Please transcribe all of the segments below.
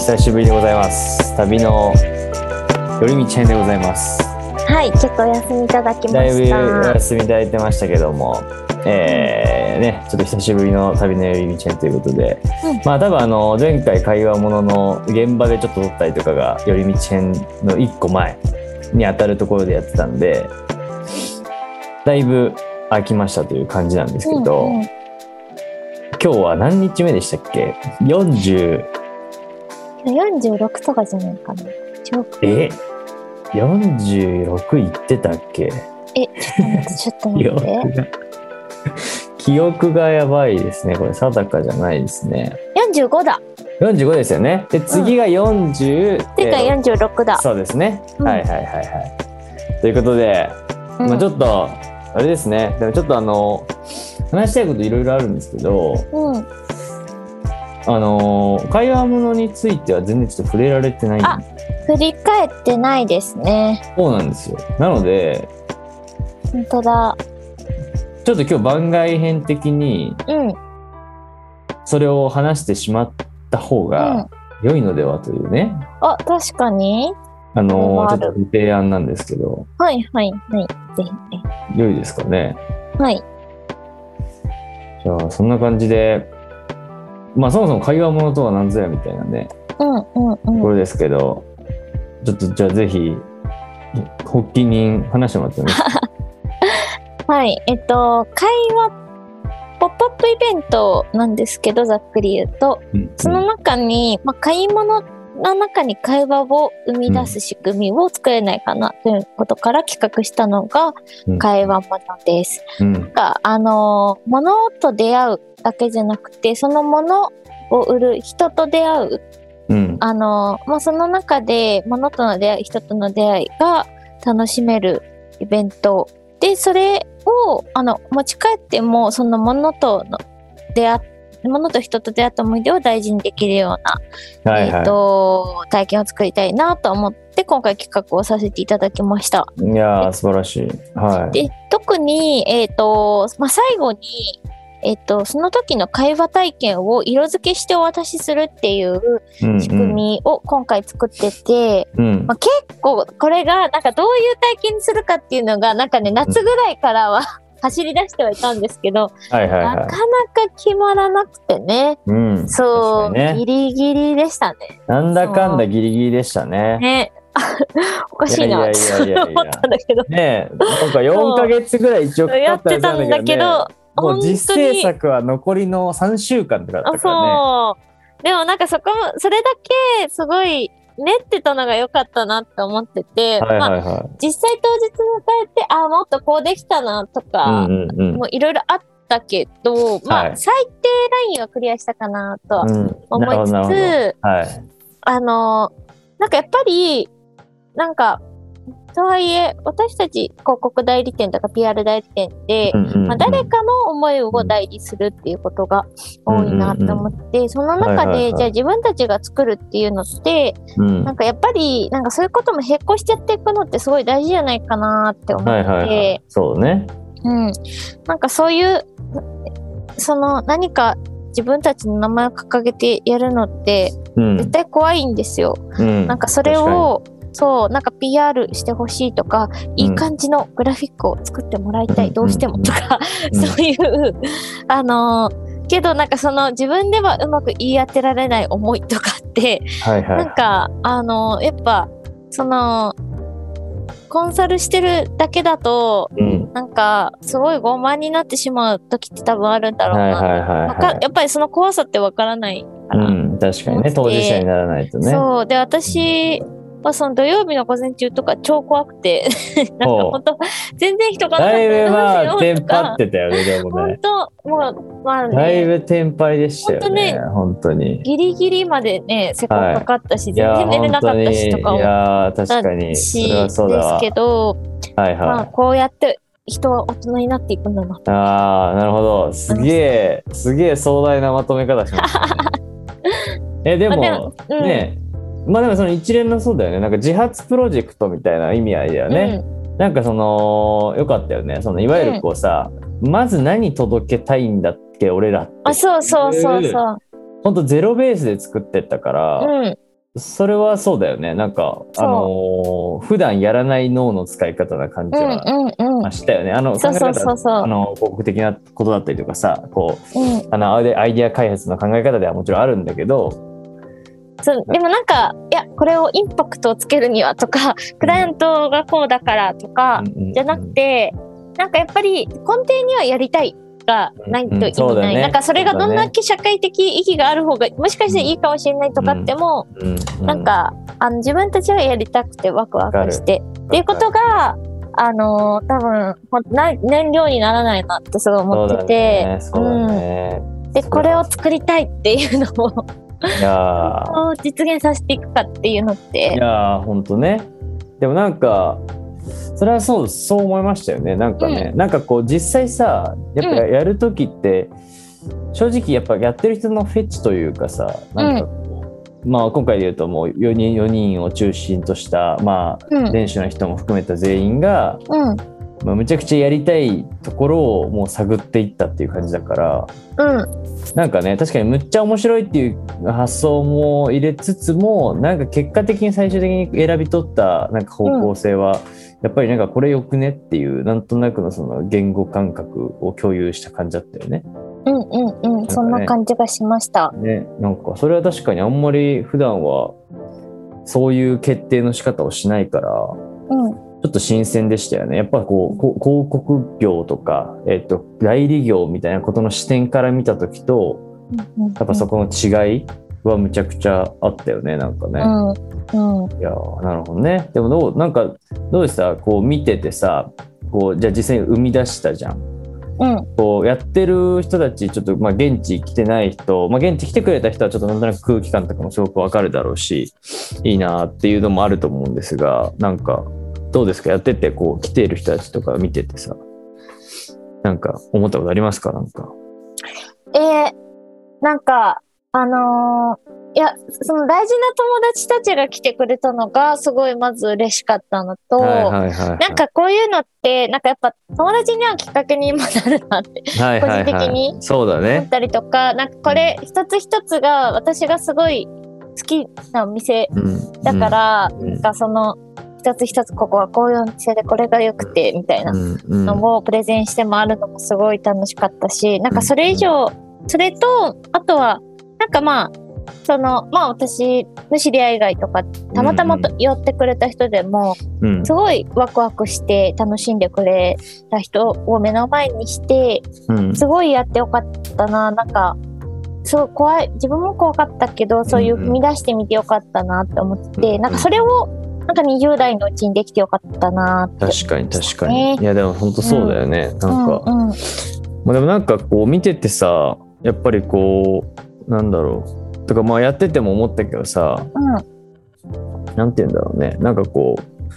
久しぶりでございます。旅の寄り道編でございます。 はい、ちょっとお休みいただきました。 だいぶお休みいただいてましたけども、ね、ちょっと久しぶりの旅の寄り道編ということで、まあ多分前回会話ものの現場でちょっと撮ったりとかが寄り道編の1個前に当たるところでやってたんで、だいぶ空きましたという感じなんですけど、今日は何日目でしたっけ？46 とかじゃないかな。 46いってたっけ？ ちょっと待って。 記憶がやばいですね。これ定かじゃないですね。 45だ。 45ですよね。で次が40。 次が46だ。 そうですね。はいはいはいはい。ということで、まあちょっとあれですね。でもちょっと話したいこといろいろあるんですけど、会話ものについては全然ちょっと触れられてないんで。 振り返ってないですね。 そうなんですよ。なので、 本当だ。 ちょっと今日番外編的に、それを話してしまった方が良いのではというね。 確かに。 ちょっとご提案なんですけど。 はいはいはい。ぜひ。 良いですかね。 はい。 じゃあそんな感じで、まあそもそも会話ものとは何ぞやみたいなね。これですけど、ちょっとじゃあぜひ発起人話してもらってもいいですか？ はい、会話ポップアップイベントなんですけど、ざっくり言うと、その中に、買い物の中に会話を生み出す仕組みを作れないかなということから企画したのが会話ものです。物と出会うだけじゃなくて、その物を売る人と出会う。その中で物との出会い、人との出会いが楽しめるイベントで、それを持ち帰ってもその物と人と出会った思い出を大事にできるような、体験を作りたいなと思って今回企画をさせていただきました。 いやー素晴らしい。 で特に、最後にその時の会話体験を色付けしてお渡しするっていう仕組みを今回作ってて、結構これがなんかどういう体験にするかっていうのがなんかね、夏ぐらいからは走り出してはいたんですけど、なかなか決まらなくてね、そう、ギリギリでしたね。 なんだかんだギリギリでしたね。 おかしいなって思ったんだけどね、なんか4ヶ月ぐらい一応かかやってたんだけど、 もう実制作は残りの3週間とかだったからね。 そうでもなんかそれだけすごい練ってたのが良かったなって思ってて、実際当日迎えてもっとこうできたなとか、もういろいろあったけど、最低ラインはクリアしたかなとは思いつつ、なんかやっぱりなんかとはいえ私たち広告代理店とか PR 代理店って誰かの思いを代理するっていうことが多いなと思って、その中でじゃあ自分たちが作るっていうのって、なんかやっぱりなんかそういうことも並行しちゃっていくのってすごい大事じゃないかなって思って、 そうね。 なんかそういうその何か自分たちの名前を掲げてやるのって絶対怖いんですよ。なんかそれをなんか PR してほしいとか、いい感じのグラフィックを作ってもらいたい、どうしてもとか、そういうけどなんかその自分ではうまく言い当てられない思いとかって、なんかやっぱそのコンサルしてるだけだと、なんかすごい傲慢になってしまう時って多分あるんだろうな。やっぱりその怖さってわからないから、 確かにね、当事者にならないとね。 そうで、私その土曜日の午前中とか超怖くてなんか本当全然人がだいぶテンパってたよね。でもね、 本当もうだいぶテンパイでしたよね。本当にギリギリまでね施工かかったし、全然寝れなかったしとか思ったし、 確かにそれはそうだわ。 ですけど、こうやって人は大人になっていくんだな。 なるほど。すげえ壮大なまとめ方しましたね。でもね、でもその一連のそうだよね。なんか自発プロジェクトみたいな意味合いだよね。なんかそのよかったよね。そのいわゆるこうさ、まず何届けたいんだっけ俺らって。 そう。 本当ゼロベースで作ってったから、 それはそうだよね。なんか普段やらない脳の使い方な感じはましたよね。考え方、広告的なことだったりとかさ、こう、アイデア開発の考え方ではもちろんあるんだけど、 でもなんか、いや、これをインパクトをつけるにはとか、クライアントがこうだからとかじゃなくて、なんかやっぱり根底にはやりたいがないと意味ない。なんかそれがどんだけ社会的意義がある方がもしかしていいかもしれないとかっても、なんか自分たちがやりたくてワクワクしてっていうことが多分燃料にならないなってすごい思ってて、でこれを作りたいっていうのを実現させていくかっていうのって、 いや本当ね。でもなんかそれはそう思いましたよね。なんかね、なんかこう実際さ、やっぱやる時って、正直やっぱやってる人のフェチというかさ、なんかまあ今回で言うともう4人を中心としたまあ練習の人も含めた全員が、まあ、むちゃくちゃやりたいところをもう探っていったっていう感じだから、なんかね、確かにむっちゃ面白いっていう発想も入れつつも、なんか結果的に最終的に選び取ったなんか方向性は、やっぱりなんかこれよくねっていうなんとなくのその言語感覚を共有した感じだったよね。 そんな感じがしました。 ね、なんかそれは確かにあんまり普段はそういう決定の仕方をしないから、ちょっと新鮮でしたよね。やっぱこう広告業とか、代理業みたいなことの視点から見た時と、やっぱそこの違いはむちゃくちゃあったよね。なんかね。いやなるほどね。でもなんかどうでした？こう見ててさ、こうじゃあ実際に生み出したじゃん。こうやってる人たちちょっとまあ現地来てない人、まあ、現地来てくれた人はちょっとなんとなく空気感とかもすごくわかるだろうし、いいなっていうのもあると思うんですが、なんかどうですか？やっててこう来ている人たちとか見ててさ、なんか思ったことありますか？なんかなんかいや、その大事な友達たちが来てくれたのがすごいまず嬉しかったのと、なんかこういうのってなんかやっぱ友達にはきっかけにもなるなって、個人的に思ったりとか、なんかこれ一つ一つが私がすごい好きなお店だから、なんかその一つ一つここはこういうお店でこれが良くてみたいなのをプレゼンして回るのもすごい楽しかったし、なんかそれ以上、それとあとはなんかまあ私の知り合い以外とかたまたま寄ってくれた人でも、すごいワクワクして楽しんでくれた人を目の前にして、すごいやってよかったな。なんかすごい怖い、自分も怖かったけど、そういう踏み出してみてよかったなって思って、なんかそれをなんか20代のうちにできてよかったなって。 確かに、いやでも本当そうだよね。なんか、まあでもなんかこう見ててさ、やっぱりこうなんだろうとか、まあやってても思ったけどさ、なんて言うんだろうね、なんかこ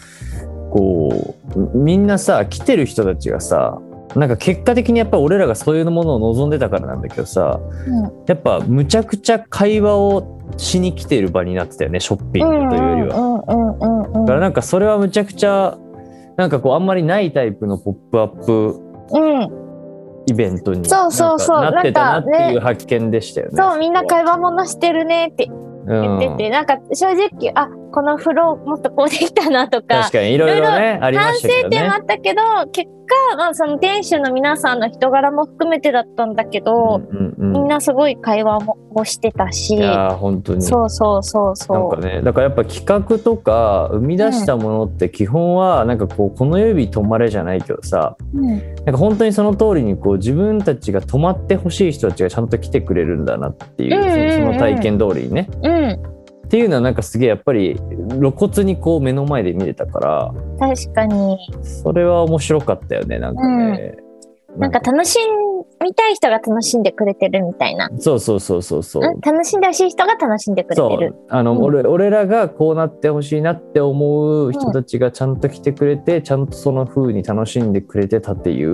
うみんなさ、来てる人たちがさ、なんか結果的にやっぱり俺らがそういうものを望んでたからなんだけどさ、やっぱむちゃくちゃ会話をしに来ている場になってたよね、ショッピングというよりは。だからなんかそれはむちゃくちゃなんかこうあんまりないタイプのポップアップイベントになってたなっていう発見でしたよね。 そう、みんな会話物してるねって言ってて、なんか正直このフローもっとこうできたなとか、 確かにいろいろねありましたけどね。 反省点もあったけど、結果、まあ、その店主の皆さんの人柄も含めてだったんだけど、みんなすごい会話もしてたし、 いや本当にそうなんかね、だからやっぱ企画とか生み出したものって基本はなんかこの指止まれじゃないけどさ、なんか本当にその通りにこう自分たちが止まってほしい人たちがちゃんと来てくれるんだなっていう、その体験通りにね、っていうのはなんかすげえやっぱり露骨にこう目の前で見れたから、 確かにそれは面白かったよね。なんかね、 なんか楽しみたい人が楽しんでくれてるみたいな。 そう、 楽しんでほしい人が楽しんでくれてる。 俺らがこうなってほしいなって思う人たちがちゃんと来てくれて、ちゃんとその風に楽しんでくれてたっていう、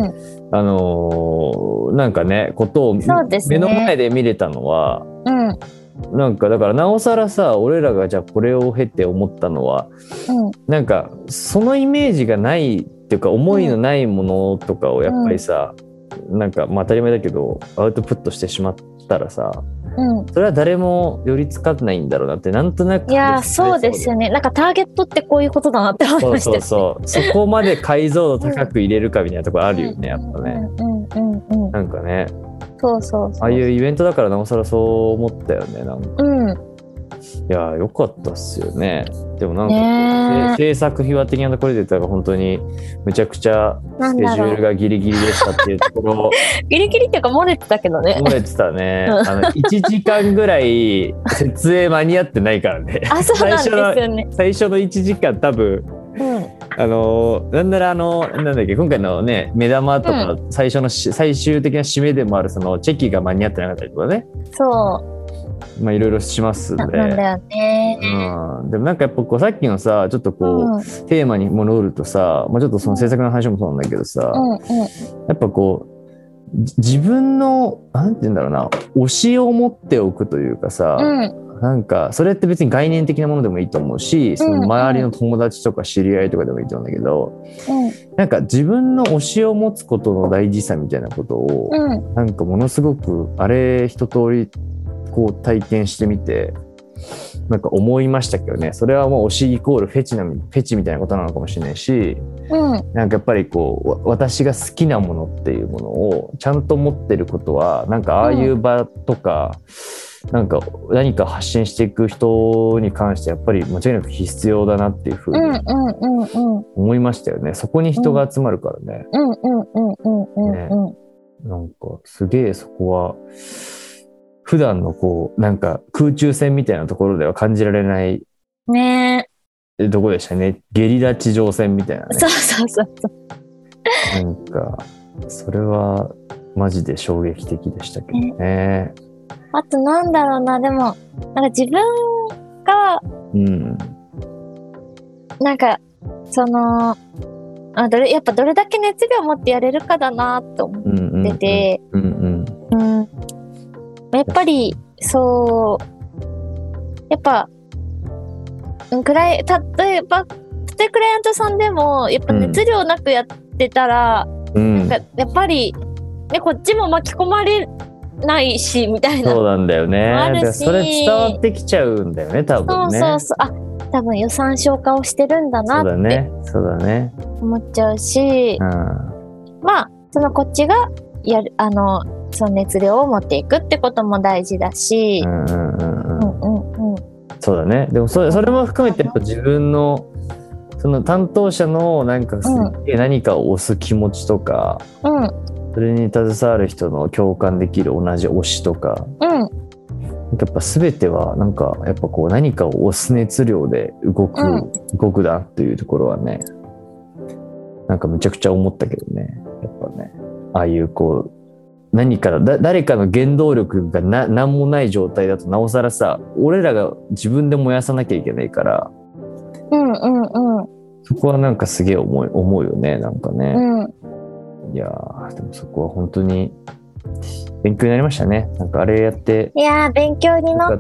なんかねことを目の前で見れたのは、なんかだからなおさらさ、俺らがじゃあこれを経て思ったのは、なんかそのイメージがないっていうか思いのないものとかをやっぱりさ、なんかまあ当たり前だけどアウトプットしてしまったらさ、 それは誰も寄りつかないんだろうなってなんとなく。 いやそうですよね。なんかターゲットってこういうことだなって思いました。 そこまで解像度高く入れるかみたいなところあるよね、やっぱね。なんかね、ああいうイベントだからなおさらそう思ったよね。なんか、いや良かったっすよね。でもなんか、制作秘話的なところで言ったら本当にめちゃくちゃスケジュールがギリギリでしたっていうところ。 ギリギリっていうか漏れてたけどね。 漏れてたね。1時間ぐらい設営間に合ってないからね。 そうなんですよね。 最初の1時間多分、なんならなんだっけ、今回のね目玉とか最終的な締めでもあるそのチェキが間に合ってなかったりとかね。まあいろいろしますんで。 なんだよね。 でもなんかやっぱこうさっきのさちょっとこう、テーマに戻るとさ、まあ、ちょっとその制作の話もそうなんだけどさ、やっぱこう自分のなんて言うんだろうな、推しを持っておくというかさ、なんかそれって別に概念的なものでもいいと思うし、その周りの友達とか知り合いとかでもいいと思うんだけど、なんか自分の推しを持つことの大事さみたいなことを、なんかものすごくあれ一通りこう体験してみてなんか思いましたけどね。それはもう推しイコールフェチみたいなことなのかもしれないし、なんかやっぱりこう私が好きなものっていうものをちゃんと持ってることはなんかああいう場とか、なんか何か発信していく人に関してやっぱり間違いなく必要だなっていうふうに思いましたよね。そこに人が集まるからね。なんかすげえそこは普段のこうなんか空中戦みたいなところでは感じられないどこでしたね。ゲリラ地上戦みたいなね。なんかそれはマジで衝撃的でしたけどね。 あとなんだろうな、でもなんか自分が、なんかそのやっぱどれだけ熱量を持ってやれるかだなと思ってて、やっぱりそうやっぱ例えばクライアントさんでもやっぱ熱量なくやってたら、なんかやっぱりねこっちも巻き込まれないしみたいな。 そうなんだよね。それ伝わってきちゃうんだよね多分ね。 多分予算消化をしてるんだなって思っちゃうし、まあそのこっちがやるその熱量を持っていくってことも大事だし、 そうだね。でもそれも含めてやっぱ自分のその担当者のなんか何かを推す気持ちとか、それに携わる人の共感できる同じ推しとか、やっぱ全てはなんかやっぱこう何かを推す熱量で動くだっていうところはね、なんかむちゃくちゃ思ったけどね。やっぱね、ああいうこう何から誰かの原動力が何もない状態だとなおさらさ、俺らが自分で燃やさなきゃいけないから、そこはなんかすげえ思うよね。なんかね、いやでもそこは本当に勉強になりましたね。なんかあれやって、 いや勉強になった、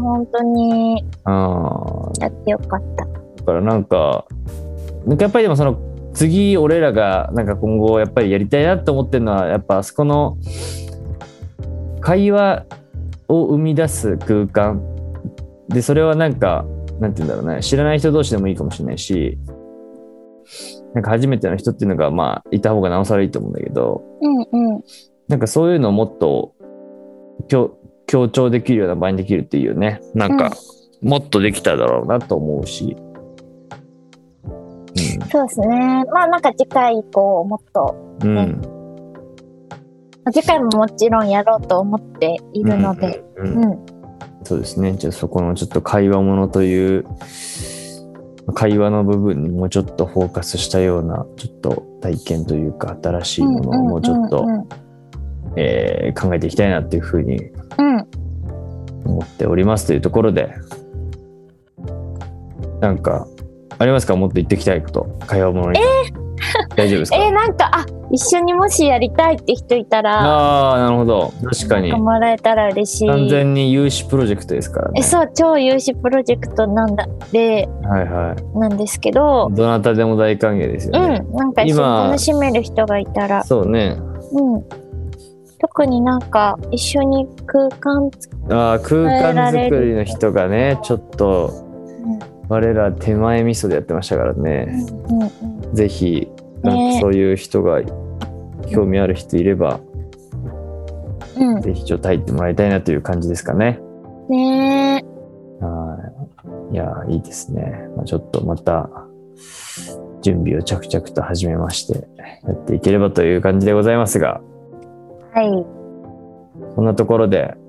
本当にやってよかった。 だからなんかやっぱりでもその次俺らがなんか今後やっぱりやりたいなと思ってるのはやっぱあそこの会話を生み出す空間で、それはなんかなんて言うんだろうね、知らない人同士でもいいかもしれないし、なんか初めての人っていうのがまあいた方がなおさらいいと思うんだけど、なんかそういうのをもっと強調できるような場にできるっていうね、なんかもっとできただろうなと思うし、 そうですね。まあなんか次回以降もっと、次回ももちろんやろうと思っているので、 そうですね。じゃあそこのちょっと会話ものという会話の部分にもうちょっとフォーカスしたようなちょっと体験というか新しいものをもうちょっと考えていきたいなっていうふうに思っておりますというところで、なんかありますか？もっと言っていきたいこと、会話ものに。大丈夫ですか？ なんか一緒にもしやりたいって人いたら、 なるほど、確かにもらえたら嬉しい。 完全に有志プロジェクトですからね。 そう、超有志プロジェクトなんで、なんですけど、 どなたでも大歓迎ですよね。 なんか一緒に楽しめる人がいたら。 そうね。 特になんか一緒に空間空間作りの人がね、ちょっと我ら手前味噌でやってましたからね。ぜひなんかそういう人が興味ある人いれば、ぜひちょっと入ってもらいたいなという感じですかね。 ねえ。いやいいですね。ちょっとまた準備を着々と始めましてやっていければという感じでございますが。 はい。 そんなところで、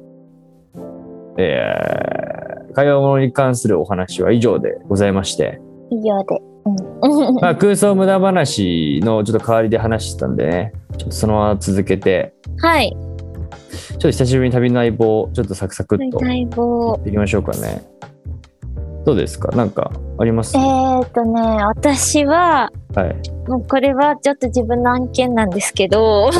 会話物に関するお話は以上でございまして。 以上で。 空想無駄話のちょっと代わりで話してたんでね、ちょっとそのまま続けて。 はい。 ちょっと久しぶりに旅の相棒、ちょっとサクサクっとやっていきましょうかね。どうですか？なんかあります？ 私は、もうこれはちょっと自分の案件なんですけど、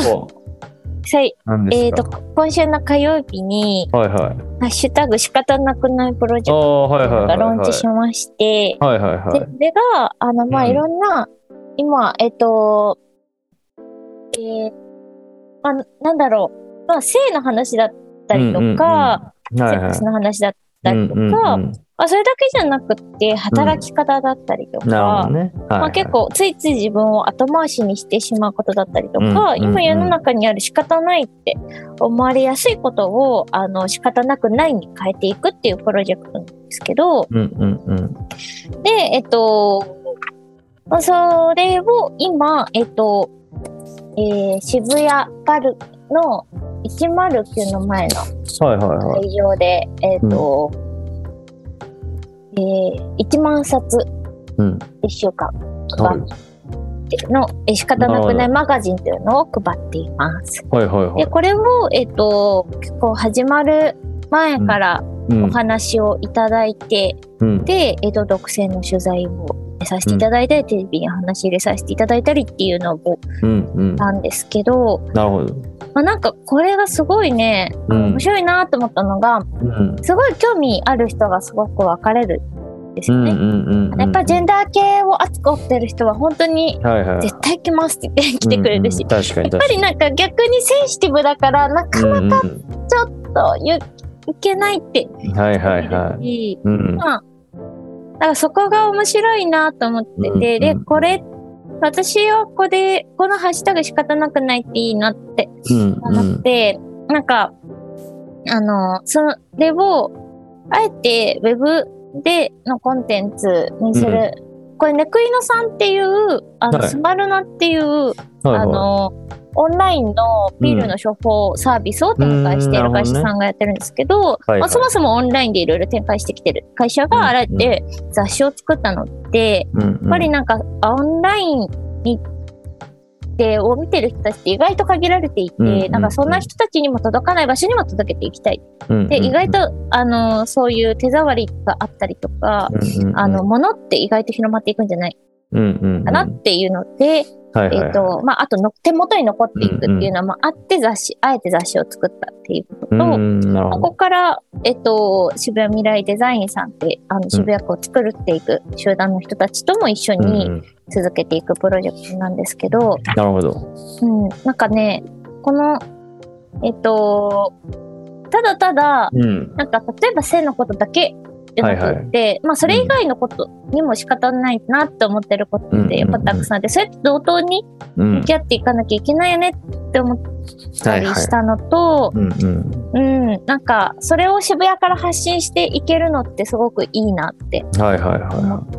今週の火曜日に、ハッシュタグ仕方なくないプロジェクトがローンチしまして、それが、いろんな、今、なんだろう、性の話だったりとか、セックスの話だったりとか、それだけじゃなくて働き方だったりとか、結構ついつい自分を後回しにしてしまうことだったりとか、今世の中にある仕方ないって思われやすいことを仕方なくないに変えていくっていうプロジェクトなんですけど、でそれを今渋谷パルの109の前の会場で1万冊1週間配ってるの、仕方なくないマガジンというのを配っています。でこれを、結構始まる前からお話をいただいて、で、独占の取材をさせていただいたり、テレビに話入れさせていただいたりっていうのをなんですけど、 なるほど。 なんかこれがすごいね、面白いなと思ったのが、すごい興味ある人がすごく分かれるんですよね。やっぱジェンダー系を熱く追ってる人は本当に絶対来ますって言って来てくれるし、やっぱりなんか逆にセンシティブだからなかなかちょっといけないって言ってし、だからそこが面白いなと思ってて、でこれ私はこのハッシュタグ仕方なくないっていいなって思って、なんか、それを、あえてウェブでのコンテンツにする。これ、ネクイノさんっていう、スマルナっていう、オンラインのピルの処方サービスを展開している会社さんがやってるんですけど、そもそもオンラインでいろいろ展開してきてる会社があえて雑誌を作ったので、やっぱりなんかオンラインを見てる人たちって意外と限られていて、なんかそんな人たちにも届かない場所にも届けていきたい。で、意外とそういう手触りがあったりとか、物って意外と広まっていくんじゃないかなっていうので、あと手元に残っていくっていうのもあってあえて雑誌を作ったっていうことと、ここから、渋谷未来デザインさんって渋谷区を作っていく集団の人たちとも一緒に続けていくプロジェクトなんですけど、 なるほど。 なんかね、このただただ、なんか例えば性のことだけじゃなくて、それ以外のことにも仕方ないなって思ってることってやっぱたくさんあって、それと同等に向き合っていかなきゃいけないよねって思ったりしたのと、なんかそれを渋谷から発信していけるのってすごくいいなって思って、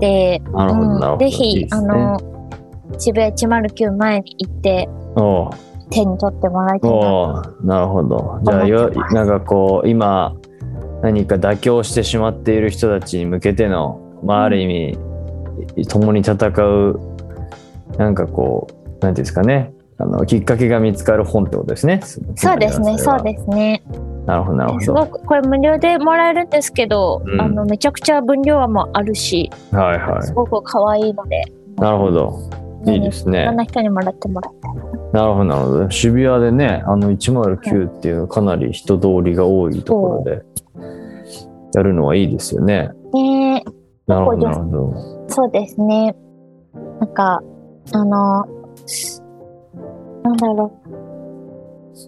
ぜひ渋谷109前に行って手に取ってもらいたいなるほど。じゃあなんかこう今何か妥協してしまっている人たちに向けての、ある意味共に戦うなんかこうなんていうんですかね、きっかけが見つかる本ってことですね。 そうですね、そうですね。 なるほどなるほど。 すごくこれ無料でもらえるんですけど、めちゃくちゃ分量はもあるし、すごく可愛いので。 なるほど、いいですね。 いろんな人にもらってもらいたい。 なるほどなるほど。渋谷でね、109っていうのはかなり人通りが多いところでやるのはいいですよね。なるほどなるほど。 そうですね。なんかなんだろう。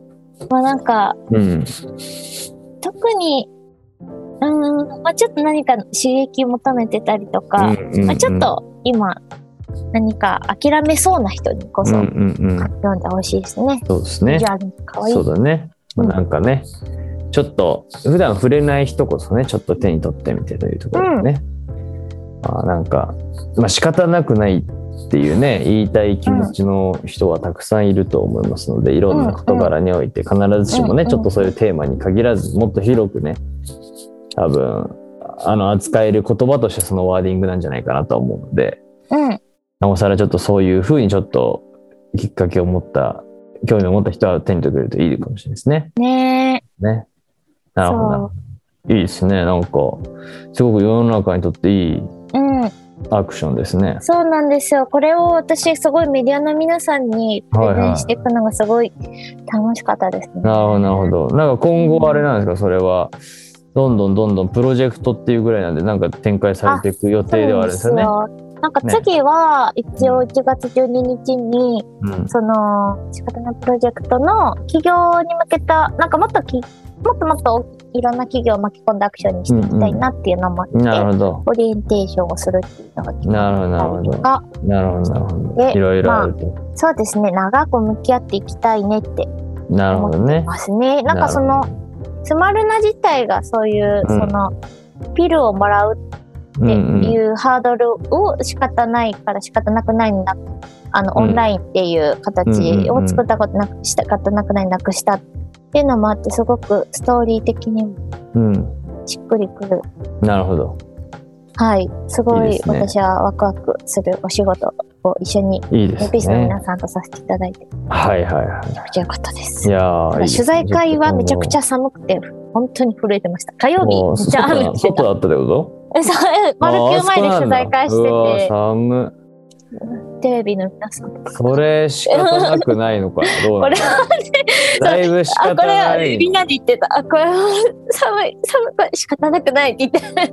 まあなんか、 うん、 特に、まあちょっと何か刺激求めてたりとか、まあちょっと今、何か諦めそうな人にこそ、読んでほしいですね。 そうですね。 かわいい。 そうだね。まあ、なんかね、ちょっと、普段触れない人こそね、ちょっと手に取ってみてというところでね。まあなんか、まあ仕方なくないっていうね、言いたい気持ちの人はたくさんいると思いますので、いろんな事柄において必ずしもね、ちょっとそういうテーマに限らず、もっと広くね、多分、扱える言葉としてそのワーディングなんじゃないかなと思うので、なおさらちょっとそういうふうにちょっときっかけを持った、興味を持った人は手に取ってくれるといいかもしれないですね。ね。なるほど。いいですね。なんか、すごく世の中にとっていいアクションですね。 そうなんですよ。これを私、すごいメディアの皆さんにプレゼンしていくのがすごい楽しかったですね。 なるほど。なんか今後あれなんですか、それは。どんどんプロジェクトっていうぐらいなんで、なんか展開されていく予定ではあるんですよね。 なんか次は一応1月12日に、その仕方ないプロジェクトの企業に向けた、なんかもっといろんな企業を巻き込んだアクションにしていきたいなっていうのもあって、オリエンテーションをするっていうのが決まったりとか。 なるほど。いろいろあると。 そうですね、長く向き合っていきたいねって思ってますね。なんかそのスマルナ自体がそういう、そのピルをもらうっていうハードルを仕方ないから仕方なくないんだ、オンラインっていう形を作ったことなくしたかったなくないなくしたっていうのもあって、すごくストーリー的にもしっくりくる。 なるほど。 はい、すごい私はワクワクするお仕事を一緒にネピスの皆さんとさせていただいて、めちゃくちゃ良かったです。取材会はめちゃくちゃ寒くて本当に震えてました。火曜日めっちゃ雨降ってた。 外だったってこと？ 丸9前で取材会してて、 寒い。 テレビの皆さんとか。 それ仕方なくないのかな。どうなの？だいぶ仕方ない。 これはみんなで言ってた。これは寒い仕方なくないって言って。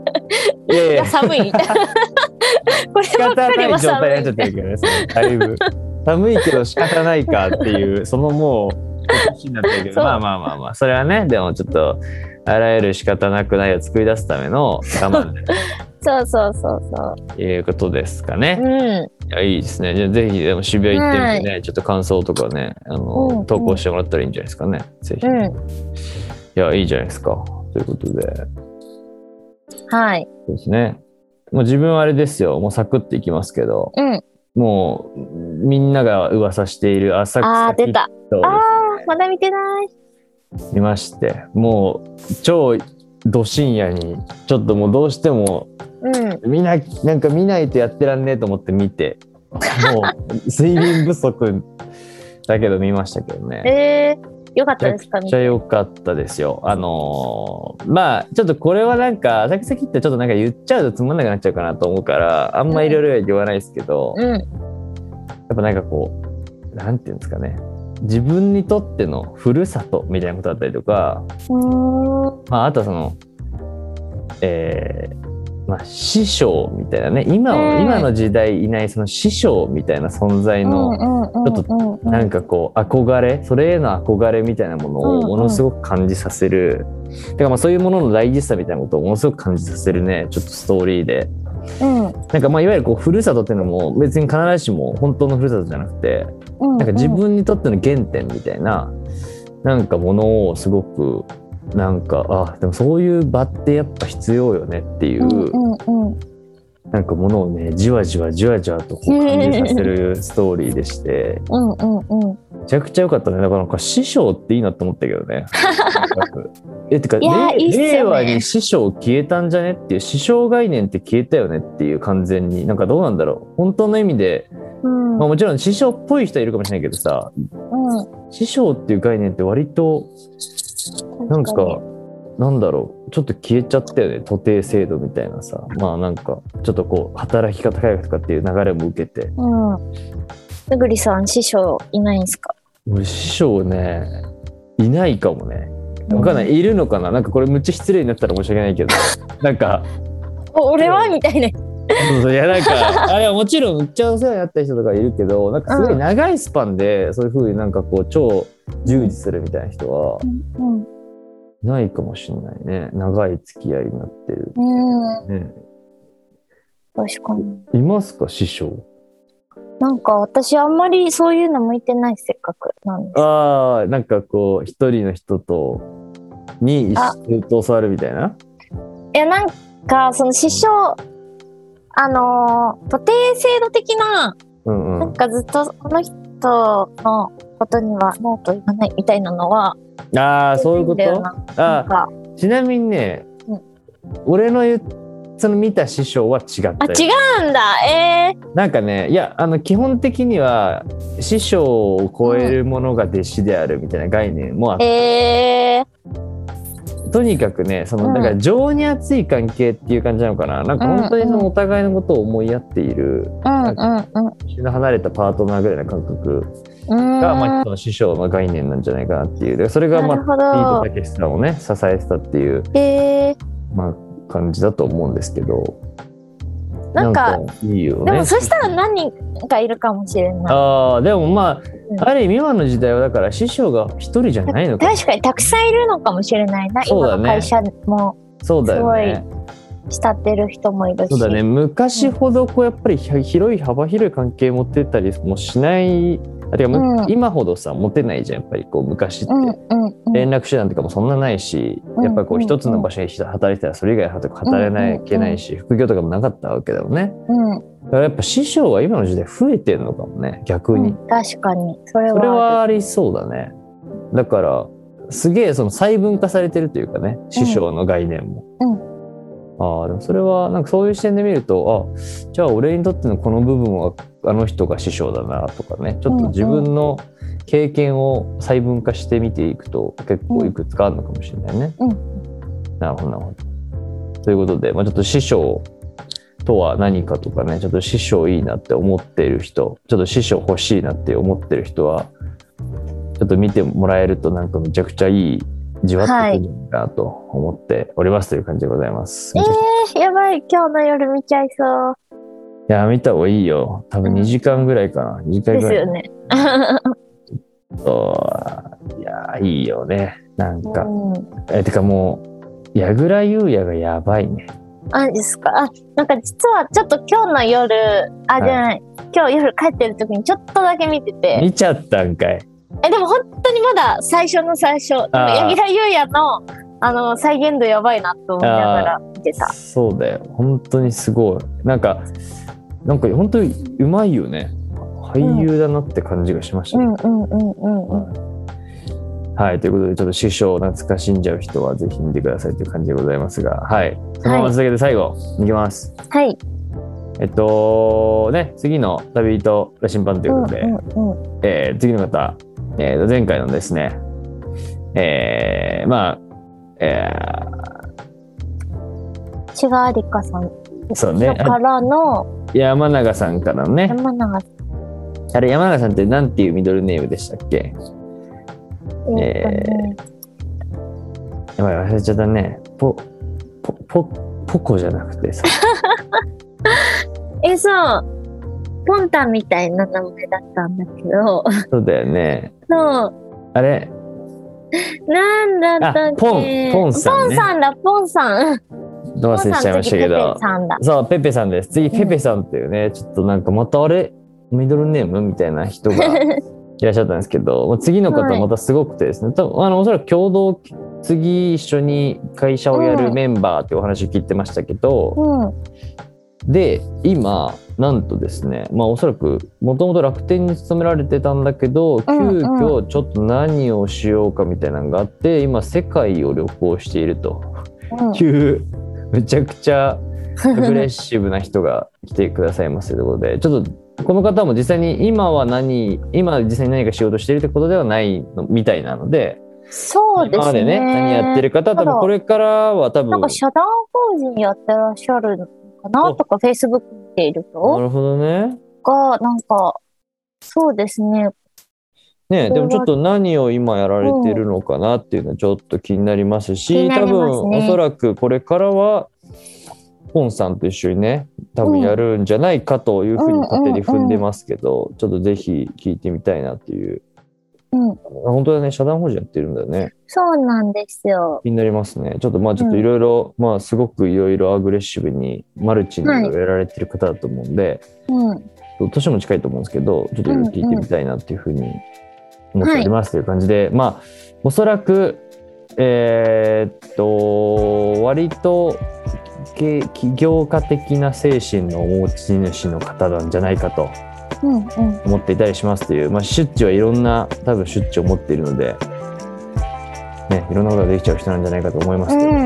いや寒いみたいな。こればっかりは寒い。仕方ない状態になっちゃってるけどね。だいぶ寒いけど仕方ないかっていうそのもう年になってるけど、まあそれはね、でもちょっとあらゆる仕方なくないを作り出すための我慢で。そういうことですかね。いや、いいですね。じゃあぜひでも渋谷行ってみてね、ちょっと感想とかね、投稿してもらったらいいんじゃないですかね。ぜひ。いや、いいじゃないですか。ということで。 はい。 そうですね。もう自分はあれですよ。もうサクッといきますけど、もうみんなが噂している浅草キッドをまだ見てない。 見まして、もう超ど深夜にちょっともうどうしてもなんか見ないとやってらんねえと思って見て、もう睡眠不足だけど見ましたけどね。 よかったですか？ めっちゃ良かったですよ。まあちょっとこれはなんか浅草キッドちょっとなんか言っちゃうとつまんなくなっちゃうかなと思うからあんまいろいろは言わないですけど、やっぱなんかこうなんていうんですかね、自分にとってのふるさとみたいなことだったりとか、まああとはその師匠みたいなね、今の時代いないその師匠みたいな存在のちょっとなんかこう憧れ、それへの憧れみたいなものをものすごく感じさせる、だからまあそういうものの大事さみたいなことをものすごく感じさせるね、ちょっとストーリーで、なんかまあいわゆるこうふるさとっていうのも別に必ずしも本当のふるさとじゃなくて、なんか自分にとっての原点みたいななんかものをすごくなんかでもそういう場ってやっぱ必要よねっていう、なんかものをねじわじわとこう感じさせるストーリーでしてめちゃくちゃ良かったね。だからなんか師匠っていいなと思ったけどね。てか令和に師匠消えたんじゃねっていう、師匠概念って消えたよねっていう、完全になんかどうなんだろう、本当の意味で、まあ、もちろん師匠っぽい人はいるかもしれないけどさ、師匠っていう概念って割となんかなんだろう、ちょっと消えちゃったよね、徒弟制度みたいなさ、まあなんかちょっとこう働き方改革とかっていう流れも受けて。 めぐりさん師匠いないんすか？ 師匠ねいないかもね。わかんない、いるのかな。なんかこれむっちゃ失礼になったら申し訳ないけどなんか俺はみたいな。 いやなんかあれはもちろんむっちゃお世話になった人とかいるけど、なんかすごい長いスパンでそういう風になんかこう超従事するみたいな人はうん。 ないかもしれないね。長い付き合いになってる。ね、 確かに。 いますか、師匠？ なんか私あんまりそういうの向いてない、せっかくなんです。 ああ、なんかこう、一人の人にずっと教わるみたいな。 いや、なんか、その師匠、徒弟制度的な、なんかずっとこの人のことにはノーと言わないみたいなのは、 ああ、そういうこと。ちなみにね、俺のその見た師匠は違ったよ。 違うんだ。 なんかね、いや、基本的には師匠を超えるものが弟子であるみたいな概念もあって、とにかくね、だから情に熱い関係っていう感じなのかな。なんか本当にそのお互いのことを思いやっている、年の離れたパートナーぐらいの感覚が、まあ、その師匠の概念なんじゃないかなっていう。それが、まあ、ビートたけしさんをね、支えてたっていう、まあ、感じだと思うんですけど。 なんかいいよね。 でもそしたら何人かいるかもしれない。 でもまあ、ある意味今の時代はだから師匠が一人じゃないのか。 確かにたくさんいるのかもしれないな。今の会社もそうだよね。 慕ってる人もいるし。 そうだね。昔ほどこうやっぱり幅広い関係持ってたりもしない。今ほどさモテないじゃん、やっぱりこう昔って、連絡手段とかもそんなないし、やっぱりこう一つの場所に働いてたらそれ以外働かなきゃいけないし、副業とかもなかったわけだよね。だからやっぱ師匠は今の時代増えてるのかもね、逆に。 確かにそれはありそうだね。だからすげえその細分化されてるというかね、師匠の概念も。でもそれはなんかそういう視点で見ると、じゃあ俺にとってのこの部分はあの人が師匠だなとかね、ちょっと自分の経験を細分化して見ていくと結構いくつかあるのかもしれないね。なるほどなるほど。ということで、ちょっと師匠とは何かとかね、ちょっと師匠いいなって思っている人、ちょっと師匠欲しいなって思ってる人はちょっと見てもらえるとなんかめちゃくちゃいいじわっとくるんじゃないかなと思っておりますという感じでございます。 やばい、今日の夜見ちゃいそう。 いや、見た方がいいよ。多分2時間ぐらいかな。2時間ぐらい。ですよね。いや、いいよね。なんか。てかもう、矢倉優也がやばいね。 ですか。なんか実はちょっと今日の夜、今日夜帰ってる時にちょっとだけ見てて。 見ちゃったんかい。 でも本当にまだ最初の最初、柳楽優弥の再現度やばいなと思いながら見てた。 そうだよ、本当にすごい。なんか本当にうまいよね。俳優だなって感じがしましたね。はい、ということでちょっと師匠懐かしんじゃう人はぜひ見てくださいという感じでございますが、はい、そのまま続けて最後いきます。 はい。 次の旅人羅針盤ということで、次の方、前回のですね、 志賀ありかさん。 そうね。 からの山永さんからのね。 山永さんってなんていうミドルネームでしたっけ？やばい忘れちゃったね。ポコじゃなくてさ。 そう。ポンタンみたいな名前だったんだけど。 そうだよね。 そう。 あれなんだったっけ？ ポンさんね。 ポンさん。 どう忘れちゃいましたけど。そう、ペペさんです。次、ペペさんっていうね、ちょっとなんかまたミドルネームみたいな人がいらっしゃったんですけど、次の方またすごくてですね、おそらく次一緒に会社をやるメンバーっていうお話を聞いてましたけど、で、今、なんとですね、おそらくもともと楽天に勤められてたんだけど、急遽ちょっと何をしようかみたいなのがあって、今世界を旅行しているという、めちゃくちゃアグレッシブな人が来てくださいますということで、ちょっとこの方も実際に今実際に何かしようとしているってことではないのみたいなので、 そうですね。 今までね、何やってる方は多分これからは多分なんか社団法人やってらっしゃるのかなとか、Facebook 見ていると。 なるほどね。 なんか、そうですね。 ね、でもちょっと何を今やられてるのかなっていうのはちょっと気になりますし、多分おそらくこれからはポンさんと一緒にね、多分やるんじゃないかというふうに勝手に踏んでますけど、ちょっとぜひ聞いてみたいなっていう本当だね、社団法人やってるんだよね。 そうなんですよ。 気になりますね。ちょっとちょっといろいろ、すごくいろいろアグレッシブにマルチにやられてる方だと思うんで、年も近いと思うんですけど、ちょっといろいろ聞いてみたいなっていうふうに思っておりますという感じで、おそらく割と起業家的な精神の持ち主の方なんじゃないかと思っていたりしますという、出地はいろんな多分出地を持っているので、ね、いろんなことができちゃう人なんじゃないかと思いますけど、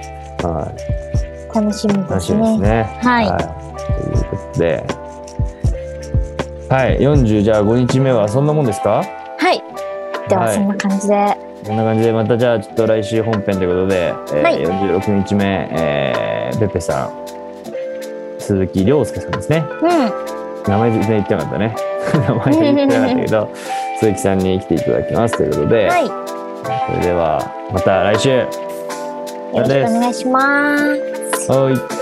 楽しみですね。 楽しみですね。ということで、40じゃあ5日目はそんなもんですか？ はい。ではそんな感じで。 こんな感じでまたじゃあちょっと来週本編ということで、46日目、ペペさん、鈴木亮介さんですね。名前全然言ってなかったね。名前言ってなかったけど鈴木さんに来ていただきますということで、それではまた来週。よろしくお願いします。 はい。